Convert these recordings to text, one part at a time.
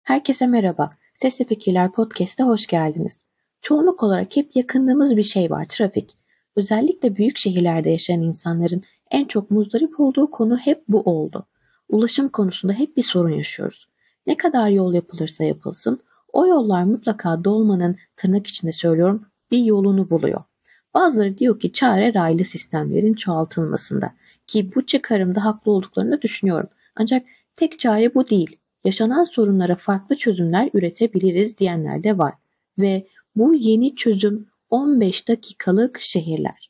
Herkese merhaba. Sesli Fikirler Podcast'a hoş geldiniz. Çoğunluk olarak hep yakındığımız bir şey var, trafik. Özellikle büyük şehirlerde yaşayan insanların en çok muzdarip olduğu konu hep bu oldu. Ulaşım konusunda hep bir sorun yaşıyoruz. Ne kadar yol yapılırsa yapılsın, o yollar mutlaka dolmanın, tırnak içinde söylüyorum, bir yolunu buluyor. Bazıları diyor ki çare raylı sistemlerin çoğaltılmasında, ki bu çıkarımda haklı olduklarını düşünüyorum. Ancak tek çare bu değil. Yaşanan sorunlara farklı çözümler üretebiliriz diyenler de var. Ve bu yeni çözüm 15 dakikalık şehirler.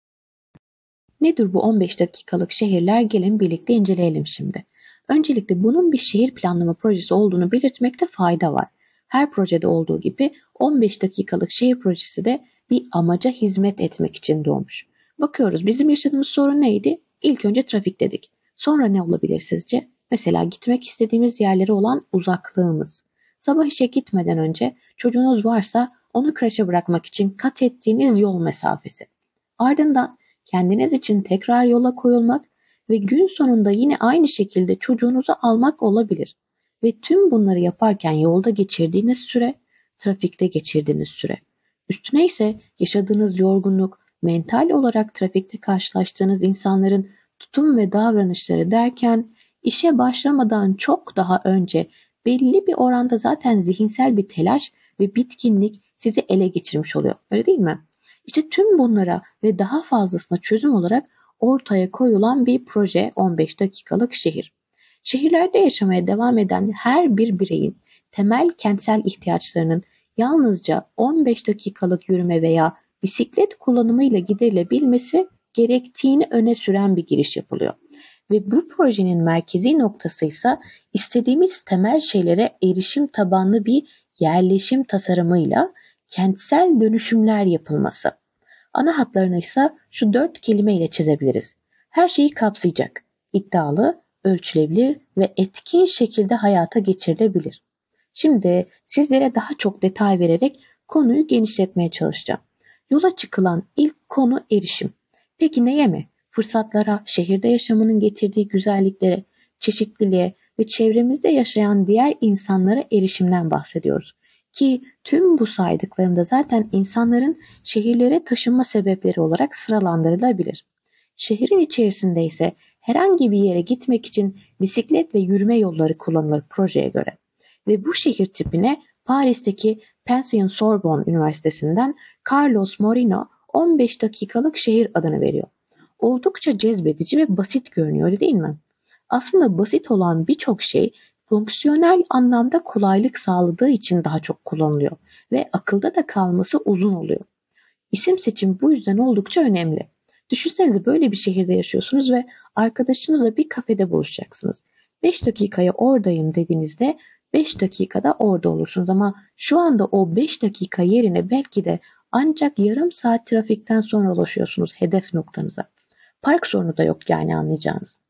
Nedir bu 15 dakikalık şehirler? Gelin birlikte inceleyelim şimdi. Öncelikle bunun bir şehir planlama projesi olduğunu belirtmekte fayda var. Her projede olduğu gibi 15 dakikalık şehir projesi de bir amaca hizmet etmek için doğmuş. Bakıyoruz, bizim yaşadığımız sorun neydi? İlk önce trafik dedik. Sonra ne olabilir sizce? Mesela gitmek istediğimiz yerlere olan uzaklığımız. Sabah işe gitmeden önce çocuğunuz varsa onu kreşe bırakmak için kat ettiğiniz yol mesafesi. Ardından kendiniz için tekrar yola koyulmak ve gün sonunda yine aynı şekilde çocuğunuzu almak olabilir. Ve tüm bunları yaparken yolda geçirdiğiniz süre, trafikte geçirdiğiniz süre. Üstüne ise yaşadığınız yorgunluk, mental olarak trafikte karşılaştığınız insanların tutum ve davranışları derken işe başlamadan çok daha önce belli bir oranda zaten zihinsel bir telaş ve bitkinlik sizi ele geçirmiş oluyor. Öyle değil mi? İşte tüm bunlara ve daha fazlasına çözüm olarak ortaya koyulan bir proje 15 dakikalık şehir. Şehirlerde yaşamaya devam eden her bir bireyin temel kentsel ihtiyaçlarının yalnızca 15 dakikalık yürüme veya bisiklet kullanımıyla giderilebilmesi gerektiğini öne süren bir giriş yapılıyor. Ve bu projenin merkezi noktası ise istediğimiz temel şeylere erişim tabanlı bir yerleşim tasarımıyla kentsel dönüşümler yapılması. Ana hatlarını ise şu 4 kelimeyle çizebiliriz. Her şeyi kapsayacak, iddialı, ölçülebilir ve etkin şekilde hayata geçirilebilir. Şimdi sizlere daha çok detay vererek konuyu genişletmeye çalışacağım. Yola çıkılan ilk konu erişim. Peki neye mi? Fırsatlara, şehirde yaşamının getirdiği güzelliklere, çeşitliliğe ve çevremizde yaşayan diğer insanlara erişimden bahsediyoruz. Ki tüm bu saydıklarım da zaten insanların şehirlere taşınma sebepleri olarak sıralandırılabilir. Şehrin içerisinde ise herhangi bir yere gitmek için bisiklet ve yürüme yolları kullanılır projeye göre. Ve bu şehir tipine Paris'teki Pension-Sorbonne Üniversitesi'nden Carlos Moreno 15 dakikalık şehir adını veriyor. Oldukça cezbedici ve basit görünüyor, öyle değil mi? Aslında basit olan birçok şey fonksiyonel anlamda kolaylık sağladığı için daha çok kullanılıyor ve akılda da kalması uzun oluyor. İsim seçimi bu yüzden oldukça önemli. Düşünsenize, böyle bir şehirde yaşıyorsunuz ve arkadaşınızla bir kafede buluşacaksınız. 5 dakikaya oradayım dediğinizde 5 dakikada orada olursunuz ama şu anda o 5 dakika yerine belki de ancak yarım saat trafikten sonra ulaşıyorsunuz hedef noktanıza. Park sorunu da yok yani, anlayacağınız.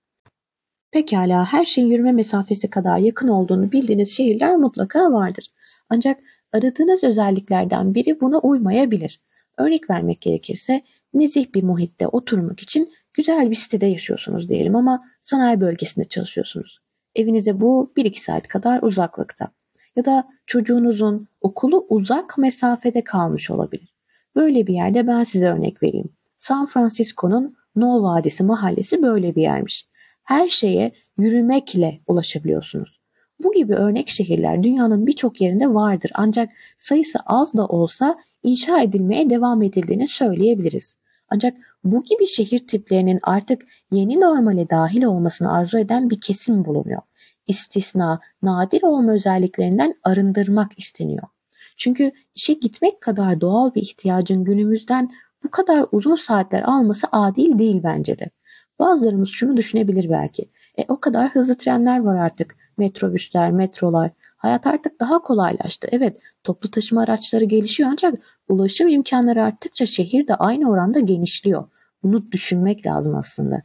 Pekala, her şeyin yürüme mesafesi kadar yakın olduğunu bildiğiniz şehirler mutlaka vardır. Ancak aradığınız özelliklerden biri buna uymayabilir. Örnek vermek gerekirse, nezih bir muhitte oturmak için güzel bir sitede yaşıyorsunuz diyelim ama sanayi bölgesinde çalışıyorsunuz. Evinize bu 1-2 saat kadar uzaklıkta. Ya da çocuğunuzun okulu uzak mesafede kalmış olabilir. Böyle bir yerde ben size örnek vereyim. San Francisco'nun No Vadisi mahallesi böyle bir yermiş. Her şeye yürümekle ulaşabiliyorsunuz. Bu gibi örnek şehirler dünyanın birçok yerinde vardır, ancak sayısı az da olsa inşa edilmeye devam edildiğini söyleyebiliriz. Ancak bu gibi şehir tiplerinin artık yeni normale dahil olmasını arzu eden bir kesim bulunuyor. İstisna, nadir olma özelliklerinden arındırmak isteniyor. Çünkü işe gitmek kadar doğal bir ihtiyacın günümüzden bu kadar uzun saatler alması adil değil bence de. Bazılarımız şunu düşünebilir belki. O kadar hızlı trenler var artık. Metrobüsler, metrolar. Hayat artık daha kolaylaştı. Evet, toplu taşıma araçları gelişiyor ancak ulaşım imkanları arttıkça şehir de aynı oranda genişliyor. Bunu düşünmek lazım aslında.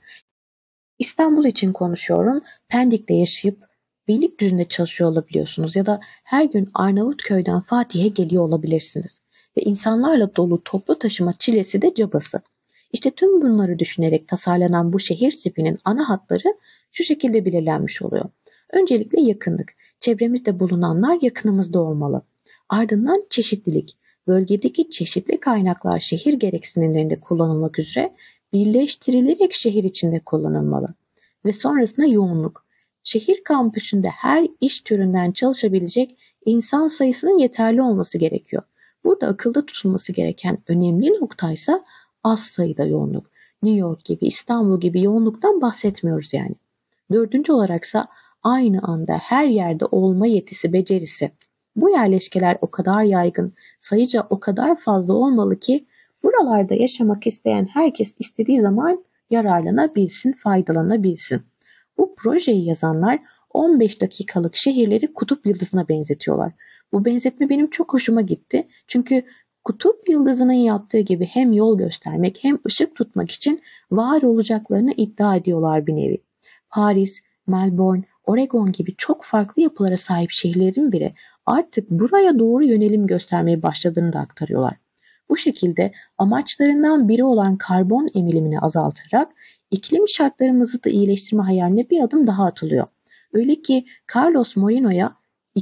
İstanbul için konuşuyorum. Pendik'te yaşayıp Beylikdüzü'nde çalışıyor olabiliyorsunuz ya da her gün Arnavutköy'den Fatih'e geliyor olabilirsiniz. Ve insanlarla dolu toplu taşıma çilesi de cabası. İşte tüm bunları düşünerek tasarlanan bu şehir tipinin ana hatları şu şekilde belirlenmiş oluyor. Öncelikle yakınlık. Çevremizde bulunanlar yakınımızda olmalı. Ardından çeşitlilik. Bölgedeki çeşitli kaynaklar şehir gereksinimlerinde kullanılmak üzere birleştirilerek şehir içinde kullanılmalı. Ve sonrasında yoğunluk. Şehir kampüsünde her iş türünden çalışabilecek insan sayısının yeterli olması gerekiyor. Burada akılda tutulması gereken önemli noktaysa az sayıda yoğunluk. New York gibi, İstanbul gibi yoğunluktan bahsetmiyoruz yani. Dördüncü olaraksa aynı anda her yerde olma yetisi, becerisi. Bu yerleşkeler o kadar yaygın, sayıca o kadar fazla olmalı ki buralarda yaşamak isteyen herkes istediği zaman yararlanabilsin, faydalanabilsin. Bu projeyi yazanlar 15 dakikalık şehirleri kutup yıldızına benzetiyorlar. Bu benzetme benim çok hoşuma gitti. Çünkü kutup yıldızının yaptığı gibi hem yol göstermek hem ışık tutmak için var olacaklarını iddia ediyorlar bir nevi. Paris, Melbourne, Oregon gibi çok farklı yapılara sahip şehirlerin bile artık buraya doğru yönelim göstermeye başladığını da aktarıyorlar. Bu şekilde amaçlarından biri olan karbon emilimini azaltarak iklim şartlarımızı da iyileştirme hayaline bir adım daha atılıyor. Öyle ki Carlos Moreno'ya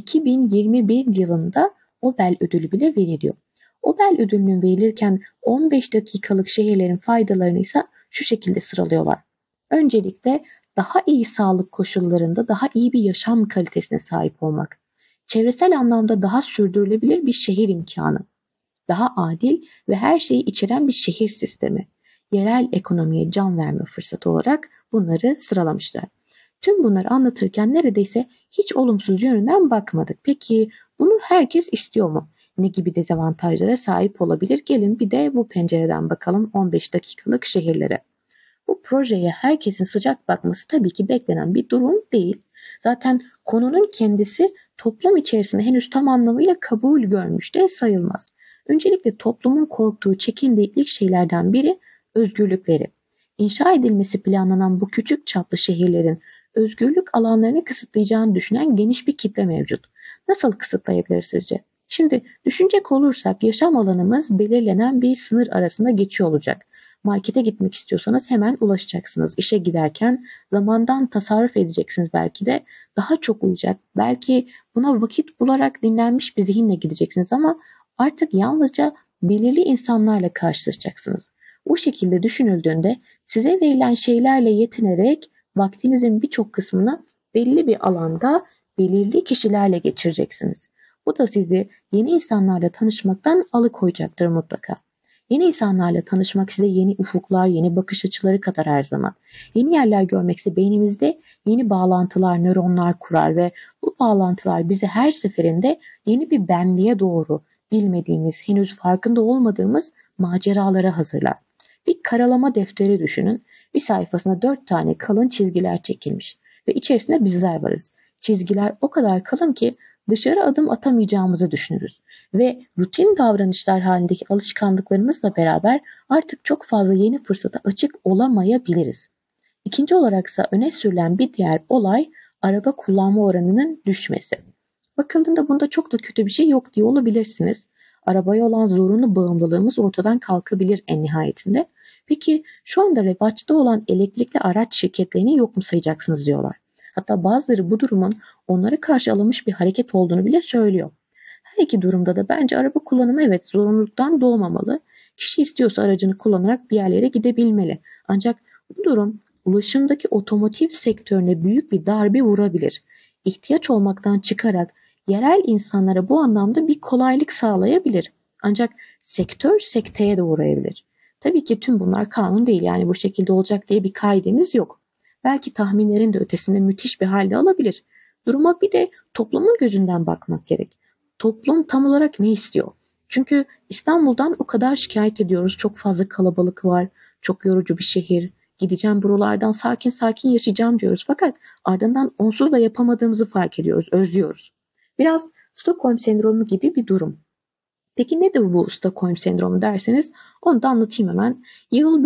2021 yılında Nobel ödülü bile veriliyor. Nobel ödülünün verilirken 15 dakikalık şehirlerin faydalarını ise şu şekilde sıralıyorlar. Öncelikle daha iyi sağlık koşullarında daha iyi bir yaşam kalitesine sahip olmak. Çevresel anlamda daha sürdürülebilir bir şehir imkanı. Daha adil ve her şeyi içeren bir şehir sistemi. Yerel ekonomiye can verme fırsatı olarak bunları sıralamışlar. Tüm bunları anlatırken neredeyse hiç olumsuz yönünden bakmadık. Peki bunu herkes istiyor mu? Ne gibi dezavantajlara sahip olabilir? Gelin bir de bu pencereden bakalım 15 dakikalık şehirlere. Bu projeye herkesin sıcak bakması tabii ki beklenen bir durum değil. Zaten konunun kendisi toplum içerisinde henüz tam anlamıyla kabul görmüş de sayılmaz. Öncelikle toplumun korktuğu, çekindiği ilk şeylerden biri özgürlükleri. İnşa edilmesi planlanan bu küçük çaplı şehirlerin özgürlük alanlarını kısıtlayacağını düşünen geniş bir kitle mevcut. Nasıl kısıtlayabilir sizce? Şimdi düşünecek olursak yaşam alanımız belirlenen bir sınır arasında geçiyor olacak. Markete gitmek istiyorsanız hemen ulaşacaksınız. İşe giderken zamandan tasarruf edeceksiniz belki de. Daha çok uyuyacak. Belki buna vakit bularak dinlenmiş bir zihinle gideceksiniz ama artık yalnızca belirli insanlarla karşılaşacaksınız. Bu şekilde düşünüldüğünde size verilen şeylerle yetinerek vaktinizin birçok kısmını belli bir alanda belirli kişilerle geçireceksiniz. Bu da sizi yeni insanlarla tanışmaktan alıkoyacaktır mutlaka. Yeni insanlarla tanışmak size yeni ufuklar, yeni bakış açıları katar her zaman. Yeni yerler görmekse beynimizde yeni bağlantılar, nöronlar kurar ve bu bağlantılar bizi her seferinde yeni bir benliğe doğru bilmediğimiz, henüz farkında olmadığımız maceralara hazırlar. Bir karalama defteri düşünün. Bir sayfasına 4 tane kalın çizgiler çekilmiş ve içerisinde bizler varız. Çizgiler o kadar kalın ki dışarı adım atamayacağımızı düşünürüz ve rutin davranışlar halindeki alışkanlıklarımızla beraber artık çok fazla yeni fırsata açık olamayabiliriz. İkinci olaraksa öne sürülen bir diğer olay araba kullanma oranının düşmesi. Bakıldığında bunda çok da kötü bir şey yok diye olabilirsiniz. Arabaya olan zorunlu bağımlılığımız ortadan kalkabilir en nihayetinde. Peki şu anda revaçta olan elektrikli araç şirketlerini yok mu sayacaksınız diyorlar. Hatta bazıları bu durumun onlara karşı alınmış bir hareket olduğunu bile söylüyor. Her iki durumda da bence araba kullanımı evet zorunluluktan doğmamalı. Kişi istiyorsa aracını kullanarak bir yerlere gidebilmeli. Ancak bu durum ulaşımdaki otomotiv sektörüne büyük bir darbe vurabilir. İhtiyaç olmaktan çıkarak yerel insanlara bu anlamda bir kolaylık sağlayabilir. Ancak sektör sekteye de uğrayabilir. Tabii ki tüm bunlar kanun değil, yani bu şekilde olacak diye bir kaidemiz yok. Belki tahminlerin de ötesinde müthiş bir halde alabilir. Duruma bir de toplumun gözünden bakmak gerek. Toplum tam olarak ne istiyor? Çünkü İstanbul'dan o kadar şikayet ediyoruz. Çok fazla kalabalık var. Çok yorucu bir şehir. Gideceğim buralardan sakin sakin yaşayacağım diyoruz. Fakat ardından onsuz da yapamadığımızı fark ediyoruz, özlüyoruz. Biraz Stockholm sendromu gibi bir durum. Peki nedir bu Stockholm sendromu derseniz onu da anlatayım hemen. Yıl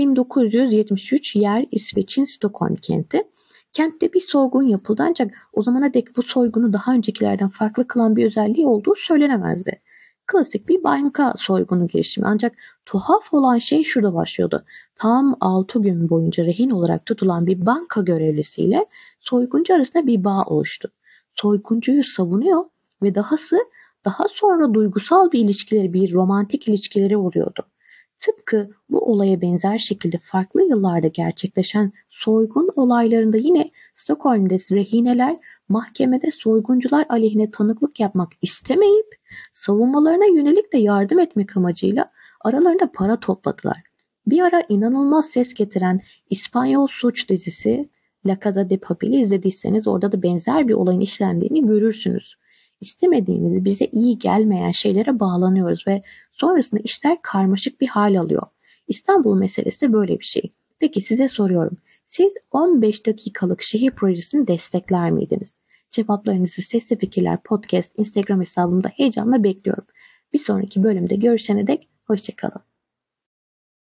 1973, yer İsveç'in Stockholm kenti. Kentte bir soygun yapıldı ancak o zamana dek bu soygunu daha öncekilerden farklı kılan bir özelliği olduğu söylenemezdi. Klasik bir banka soygunu girişimi, ancak tuhaf olan şey şurada başlıyordu. Tam 6 gün boyunca rehin olarak tutulan bir banka görevlisiyle soyguncu arasında bir bağ oluştu. soyguncuyu savunuyor ve daha sonra duygusal bir ilişkileri, bir romantik ilişkileri vuruyordu. Tıpkı bu olaya benzer şekilde farklı yıllarda gerçekleşen soygun olaylarında yine Stockholm'de rehineler mahkemede soyguncular aleyhine tanıklık yapmak istemeyip savunmalarına yönelik de yardım etmek amacıyla aralarında para topladılar. Bir ara inanılmaz ses getiren İspanyol suç dizisi La Casa de Papel'i izlediyseniz orada da benzer bir olayın işlendiğini görürsünüz. İstemediğimiz, bize iyi gelmeyen şeylere bağlanıyoruz ve sonrasında işler karmaşık bir hal alıyor. İstanbul meselesi de böyle bir şey. Peki size soruyorum. Siz 15 dakikalık şehir projesini destekler miydiniz? Cevaplarınızı Sesli Fikirler Podcast Instagram hesabımda heyecanla bekliyorum. Bir sonraki bölümde görüşene dek hoşça kalın.